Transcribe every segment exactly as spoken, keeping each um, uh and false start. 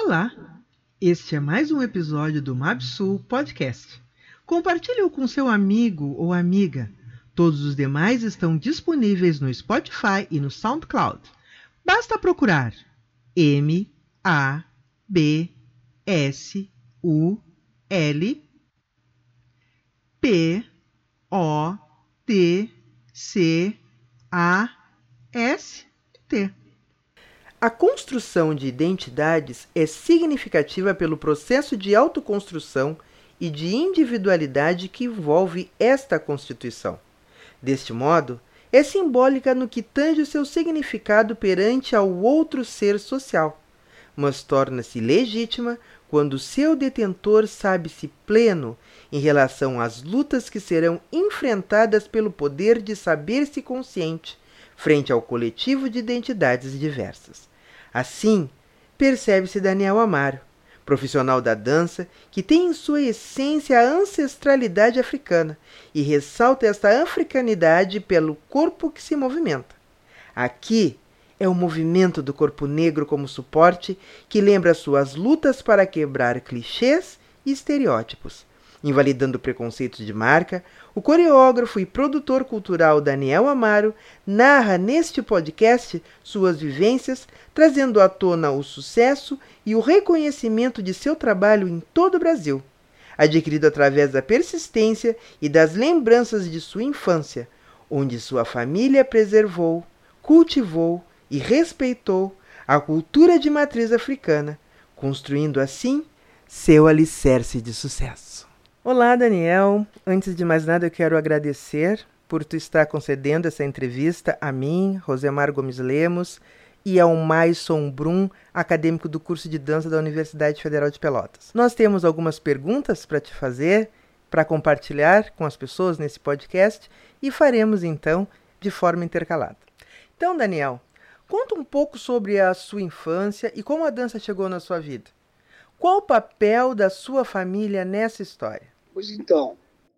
Olá, este é mais um episódio do MapSul Podcast. Compartilhe-o com seu amigo ou amiga. Todos os demais estão disponíveis no Spotify e no SoundCloud. Basta procurar M A B S U L P O D C A S T. A construção de identidades é significativa pelo processo de autoconstrução e de individualidade que envolve esta constituição. Deste modo, é simbólica no que tange o seu significado perante ao outro ser social, mas torna-se legítima quando seu detentor sabe-se pleno em relação às lutas que serão enfrentadas pelo poder de saber-se consciente frente ao coletivo de identidades diversas. Assim, percebe-se Daniel Amaro, profissional da dança que tem em sua essência a ancestralidade africana e ressalta esta africanidade pelo corpo que se movimenta. Aqui é o movimento do corpo negro como suporte que lembra suas lutas para quebrar clichês e estereótipos. Invalidando preconceitos de marca, o coreógrafo e produtor cultural Daniel Amaro narra neste podcast suas vivências, trazendo à tona o sucesso e o reconhecimento de seu trabalho em todo o Brasil, adquirido através da persistência e das lembranças de sua infância, onde sua família preservou, cultivou e respeitou a cultura de matriz africana, construindo assim seu alicerce de sucesso. Olá, Daniel. Antes de mais nada, eu quero agradecer por tu estar concedendo essa entrevista a mim, Rosemar Gomes Lemos, e ao Maison Brum, acadêmico do curso de dança da Universidade Federal de Pelotas. Nós temos algumas perguntas para te fazer, para compartilhar com as pessoas nesse podcast, e faremos então de forma intercalada. Então, Daniel, conta um pouco sobre a sua infância e como a dança chegou na sua vida. Qual o papel da sua família nessa história? Pois então,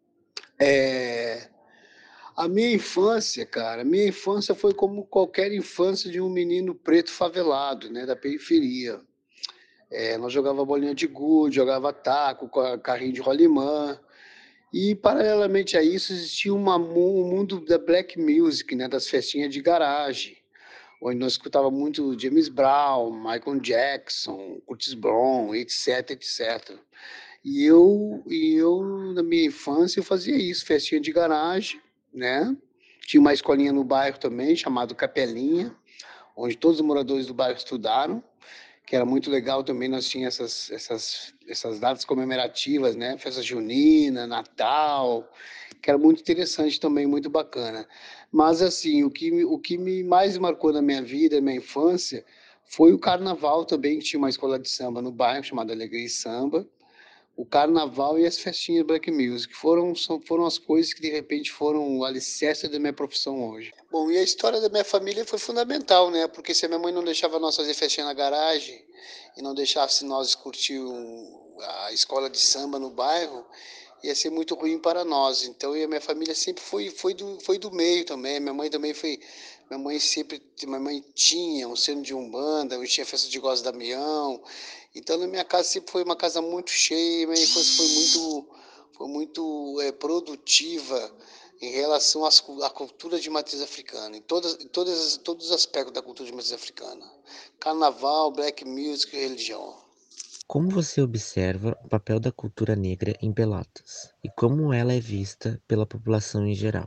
é... a minha infância, cara, minha infância foi como qualquer infância de um menino preto favelado, né, da periferia. É, nós jogava bolinha de gude, jogava taco, carrinho de rolimã, e paralelamente a isso existia uma, um mundo da black music, né, das festinhas de garagem, onde nós escutava muito James Brown, Michael Jackson, Curtis Blow, etc, etcétera. E eu, e eu, na minha infância, eu fazia isso, festinha de garagem, né? Tinha uma escolinha no bairro também, chamada Capelinha, onde todos os moradores do bairro estudaram, que era muito legal também. Nós tínhamos essas, essas, essas datas comemorativas, né? Festa junina, Natal, que era muito interessante também, muito bacana. Mas, assim, o que, o que me mais marcou na minha vida, na minha infância, foi o carnaval também, que tinha uma escola de samba no bairro, chamada Alegria e Samba. O carnaval e as festinhas Black Music foram, são, foram as coisas que, de repente, foram o alicerce da minha profissão hoje. Bom, e a história da minha família foi fundamental, né? Porque se a minha mãe não deixava nós fazer festinha na garagem e não deixasse nós curtir um, a escola de samba no bairro, ia ser muito ruim para nós. Então, e a minha família sempre foi, foi, do, foi do meio também. Minha mãe também foi... Minha mãe sempre... Minha mãe tinha um centro de umbanda, eu tinha festa de Góes Damião. Então, na minha casa sempre foi uma casa muito cheia. Minha infância foi muito, foi muito é, produtiva em relação às, à cultura de matriz africana, em, todas, em todas, todos os aspectos da cultura de matriz africana. Carnaval, black music e religião. Como você observa o papel da cultura negra em Pelotas e como ela é vista pela população em geral?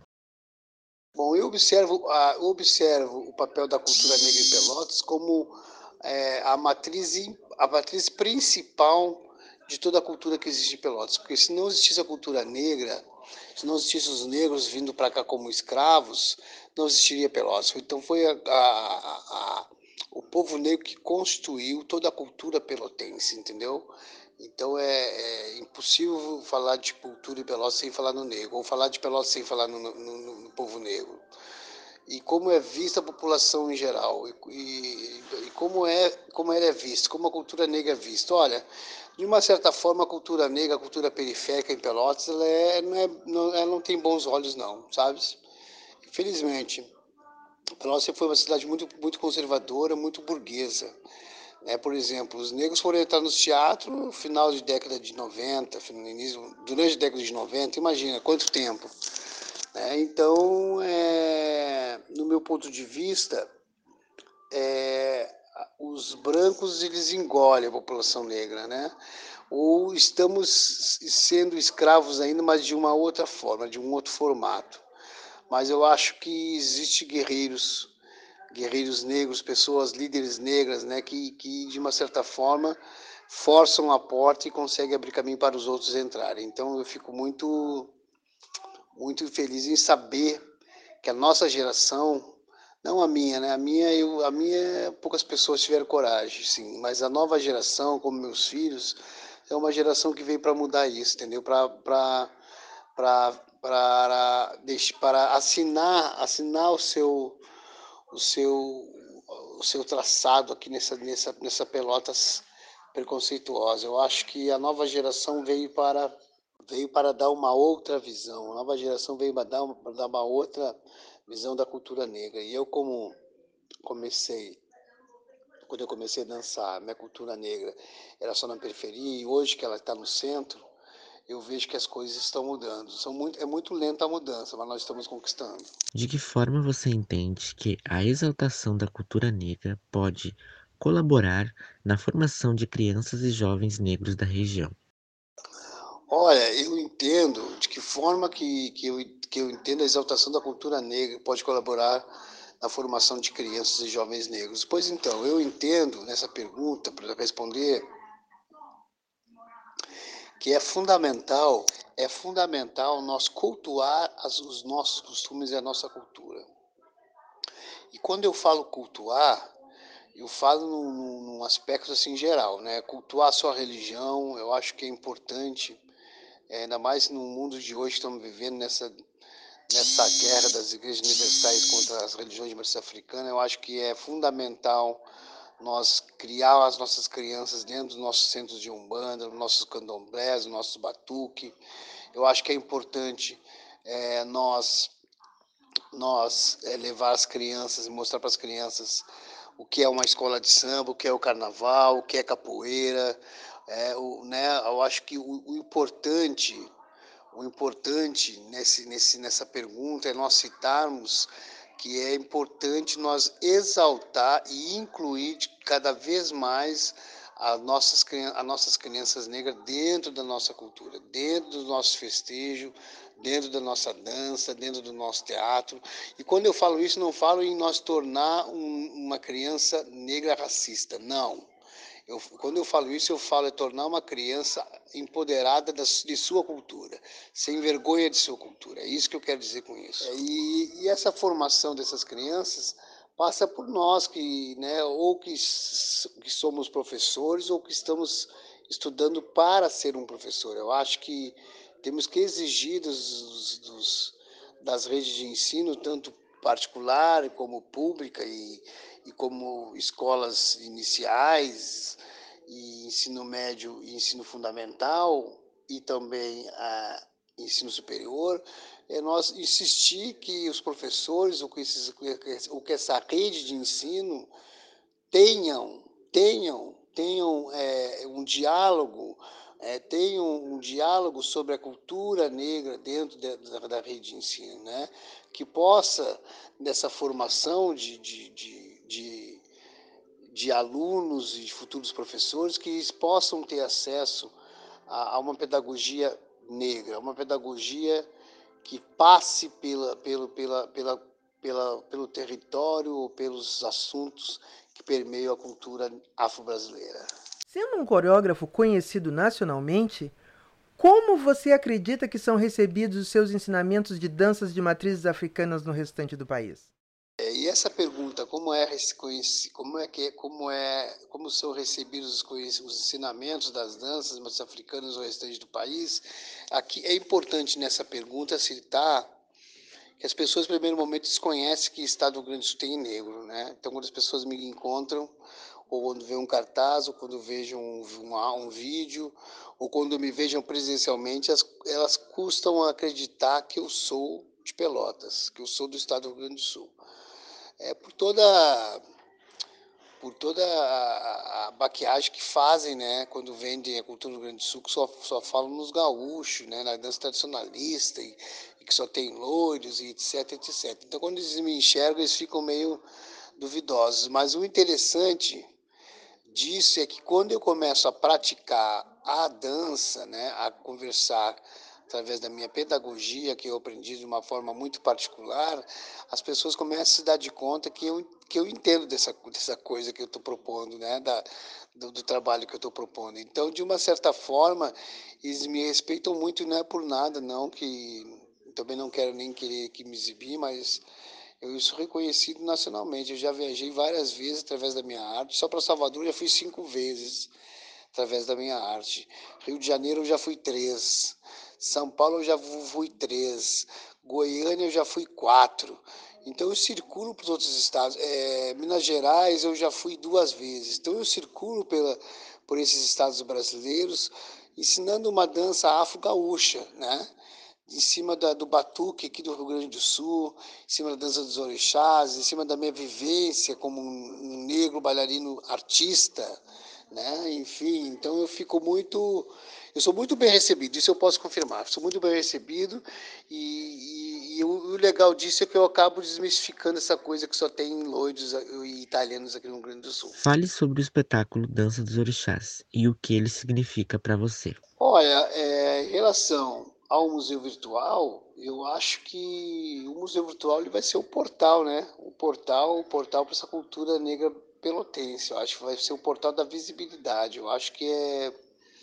Bom, eu observo, a, eu observo o papel da cultura negra em Pelotas como é, a, matriz, a matriz principal de toda a cultura que existe em Pelotas. Porque se não existisse a cultura negra, se não existissem os negros vindo para cá como escravos, não existiria Pelotas. Então foi a, a, a, o povo negro que constituiu toda a cultura pelotense, entendeu? Então é, é impossível falar de cultura em Pelotas sem falar no negro, ou falar de Pelotas sem falar no, no, no, no povo negro. E como é vista a população em geral, e, e, e como, é, como ela é vista, como a cultura negra é vista. Olha, de uma certa forma, a cultura negra, a cultura periférica em Pelotas, ela, é, não, é, não, ela não tem bons olhos não, sabe? Infelizmente. Pelotas foi uma cidade muito, muito conservadora, muito burguesa. Né? Por exemplo, os negros foram entrar no teatro no final de década de noventa, no início, durante a década de noventa, imagina quanto tempo. Né? Então, é, no meu ponto de vista, é, os brancos eles engolem a população negra, né? Ou estamos sendo escravos ainda, mas de uma outra forma, de um outro formato. Mas eu acho que existe guerreiros, guerreiros negros, pessoas, líderes negras, né, que, que de uma certa forma forçam a porta e conseguem abrir caminho para os outros entrarem. Então eu fico muito, muito feliz em saber que a nossa geração, não a minha, né? A minha, eu, a minha poucas pessoas tiveram coragem, sim, mas a nova geração, como meus filhos, é uma geração que veio para mudar isso, entendeu? Para para para para para assinar assinar o seu o seu o seu traçado aqui nessa nessa nessa Pelotas preconceituosa. Eu acho que a nova geração veio para veio para dar uma outra visão. A nova geração veio para dar, uma, para dar uma outra visão da cultura negra. E eu como comecei quando eu comecei a dançar, minha cultura negra era só na periferia e hoje que ela está no centro, eu vejo que as coisas estão mudando. São muito, é muito lenta a mudança, mas nós estamos conquistando. De que forma você entende que a exaltação da cultura negra pode colaborar na formação de crianças e jovens negros da região? Olha, eu entendo de que forma que, que, eu, que eu entendo a exaltação da cultura negra pode colaborar na formação de crianças e jovens negros. Pois então, eu entendo nessa pergunta, para responder, que é fundamental, é fundamental nós cultuar as, os nossos costumes e a nossa cultura. E quando eu falo cultuar, eu falo num, num aspecto assim geral, né? Cultuar a sua religião, eu acho que é importante, é, ainda mais no mundo de hoje, estamos vivendo nessa, nessa guerra das igrejas universais contra as religiões de matriz africana, eu acho que é fundamental nós criar as nossas crianças dentro dos nossos centros de umbanda, dos nossos candomblés, dos nossos batuque. Eu acho que é importante é, nós nós é, levar as crianças e mostrar para as crianças o que é uma escola de samba, o que é o carnaval, o que é capoeira. É, o, né, eu acho que o, o importante, o importante nesse, nesse, nessa pergunta é nós citarmos que é importante nós exaltar e incluir cada vez mais as nossas, as nossas crianças negras dentro da nossa cultura, dentro do nosso festejo, dentro da nossa dança, dentro do nosso teatro. E quando eu falo isso, não falo em nós tornar um, uma criança negra racista, não. Eu, quando eu falo isso, eu falo é tornar uma criança empoderada das, de sua cultura, sem vergonha de sua cultura. É isso que eu quero dizer com isso. E, e essa formação dessas crianças passa por nós que, né, ou que, que somos professores ou que estamos estudando para ser um professor. Eu acho que temos que exigir dos, dos, das redes de ensino, tanto particular como pública e, e como escolas iniciais e ensino médio e ensino fundamental e também a ensino superior, é nós insistir que os professores ou que, esses, ou que essa rede de ensino tenham, tenham, tenham é, um diálogo, é, tenham um diálogo sobre a cultura negra dentro de, da, da rede de ensino, né? Que possa, nessa formação de, de, de, de, de alunos e de futuros professores, que eles possam ter acesso a, a uma pedagogia negra, uma pedagogia que passe pela, pela, pela, pela, pela, pelo território ou pelos assuntos que permeiam a cultura afro-brasileira. Sendo um coreógrafo conhecido nacionalmente, como você acredita que são recebidos os seus ensinamentos de danças de matrizes africanas no restante do país? É, e essa pergunta, como é como é que como é como são recebidos os, os ensinamentos das danças matrizes africanas no restante do país? Aqui é importante nessa pergunta citar que as pessoas, no primeiro momento, desconhecem que o Estado do Rio Grande do Sul tem negro, né? Então, quando as pessoas me encontram, ou quando vê um cartaz, ou quando vejam um, um, um vídeo, ou quando me vejam presencialmente, as, elas custam acreditar que eu sou de Pelotas, que eu sou do Estado do Rio Grande do Sul. É por toda por toda a, a maquiagem que fazem, né? Quando vendem a cultura do Rio Grande do Sul, que só, só falam nos gaúchos, né? Na dança tradicionalista, e, e que só tem loiros, e etc, etcétera. Então, quando eles me enxergam, eles ficam meio duvidosos. Mas o interessante disso é que quando eu começo a praticar a dança, né? A conversar através da minha pedagogia, que eu aprendi de uma forma muito particular, as pessoas começam a se dar de conta que eu, que eu entendo dessa, dessa coisa que eu estou propondo, né? Da, do, do trabalho que eu estou propondo. Então, de uma certa forma, eles me respeitam muito, não é por nada, não, que também não quero nem querer que me exibir, mas eu sou reconhecido nacionalmente. Eu já viajei várias vezes através da minha arte. Só para Salvador eu já fui cinco vezes através da minha arte. Rio de Janeiro eu já fui três. São Paulo eu já fui três. Goiânia eu já fui quatro. Então eu circulo para os outros estados. É, Minas Gerais eu já fui duas vezes. Então eu circulo pela, por esses estados brasileiros ensinando uma dança afro-gaúcha, né? Em cima da, do batuque aqui do Rio Grande do Sul, em cima da dança dos orixás, em cima da minha vivência como um, um negro bailarino artista, né? Enfim, então eu fico muito, eu sou muito bem recebido, isso eu posso confirmar, sou muito bem recebido e, e, e o, o legal disso é que eu acabo desmistificando essa coisa que só tem loiros e italianos aqui no Rio Grande do Sul. Fale sobre o espetáculo Dança dos Orixás e o que ele significa para você. Olha, é, em relação ao museu virtual, eu acho que o museu virtual ele vai ser o portal, né? O portal, o portal para essa cultura negra pelotense. Eu acho que vai ser o portal da visibilidade. Eu acho que é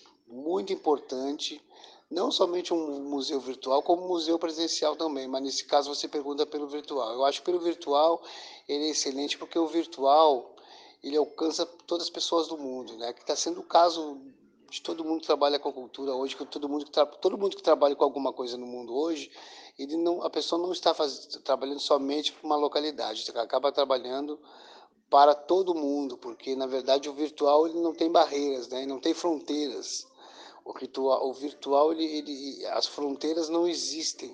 muito importante, não somente um museu virtual, como um museu presencial também. Mas nesse caso você pergunta pelo virtual. Eu acho que pelo virtual ele é excelente porque o virtual ele alcança todas as pessoas do mundo, né? Que está sendo o caso de todo mundo que trabalha com a cultura hoje, que todo mundo que, tra todo mundo que trabalha com alguma coisa no mundo hoje, ele não, a pessoa não está faz, trabalhando somente para uma localidade, acaba trabalhando para todo mundo, porque na verdade o virtual ele não tem barreiras, né? Não tem fronteiras. O, ritual, o virtual, ele, ele, as fronteiras não existem.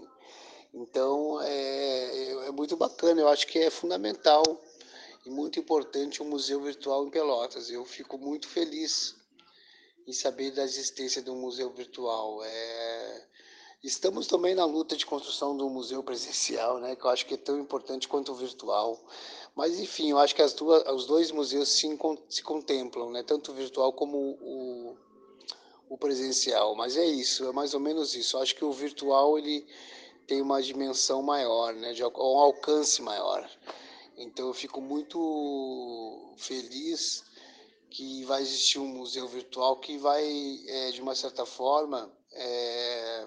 Então é, é muito bacana, eu acho que é fundamental e muito importante o museu virtual em Pelotas. Eu fico muito feliz em saber da existência de um museu virtual. É... Estamos também na luta de construção do museu presencial, né, que eu acho que é tão importante quanto o virtual. Mas, enfim, eu acho que as duas, os dois museus se, se contemplam, né, tanto o virtual como o, o presencial. Mas é isso, é mais ou menos isso. Eu acho que o virtual ele tem uma dimensão maior, né, de, um alcance maior. Então, eu fico muito feliz que vai existir um museu virtual que vai, é, de uma certa forma, é,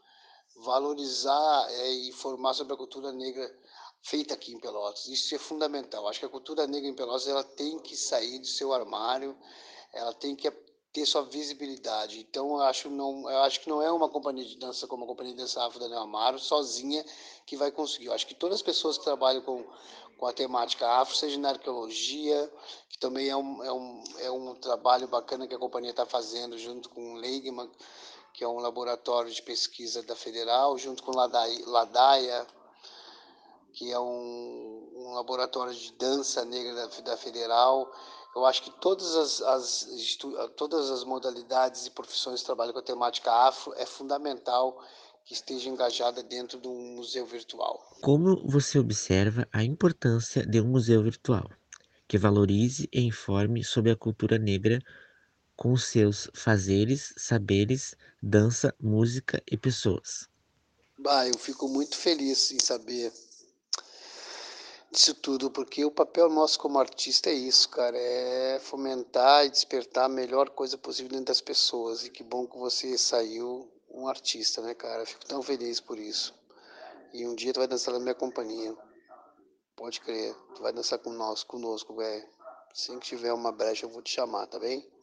valorizar é, e informar sobre a cultura negra feita aqui em Pelotas. Isso é fundamental. Acho que a cultura negra em Pelotas ela tem que sair do seu armário, ela tem que ter sua visibilidade. Então, eu acho, não, eu acho que não é uma companhia de dança como a Companhia de Dança Afro Daniel Amaro, sozinha, que vai conseguir. Eu acho que todas as pessoas que trabalham com, com a temática afro, seja na arqueologia, que também é um, é um, é um trabalho bacana que a companhia está fazendo junto com o Leigman, que é um laboratório de pesquisa da Federal, junto com Ladaia, Ladaia que é um, um laboratório de dança negra da, da Federal. Eu acho que todas as, as, todas as modalidades e profissões que trabalham com a temática afro é fundamental que esteja engajada dentro de um museu virtual. Como você observa a importância de um museu virtual que valorize e informe sobre a cultura negra com seus fazeres, saberes, dança, música e pessoas? Bah, eu fico muito feliz em saber disso tudo, porque o papel nosso como artista é isso, cara, é fomentar e despertar a melhor coisa possível dentro das pessoas. E que bom que você saiu um artista, né, cara? Eu fico tão feliz por isso. E um dia tu vai dançar na minha companhia. Pode crer, tu vai dançar conosco, conosco, velho. Assim que tiver uma brecha eu vou te chamar, tá bem?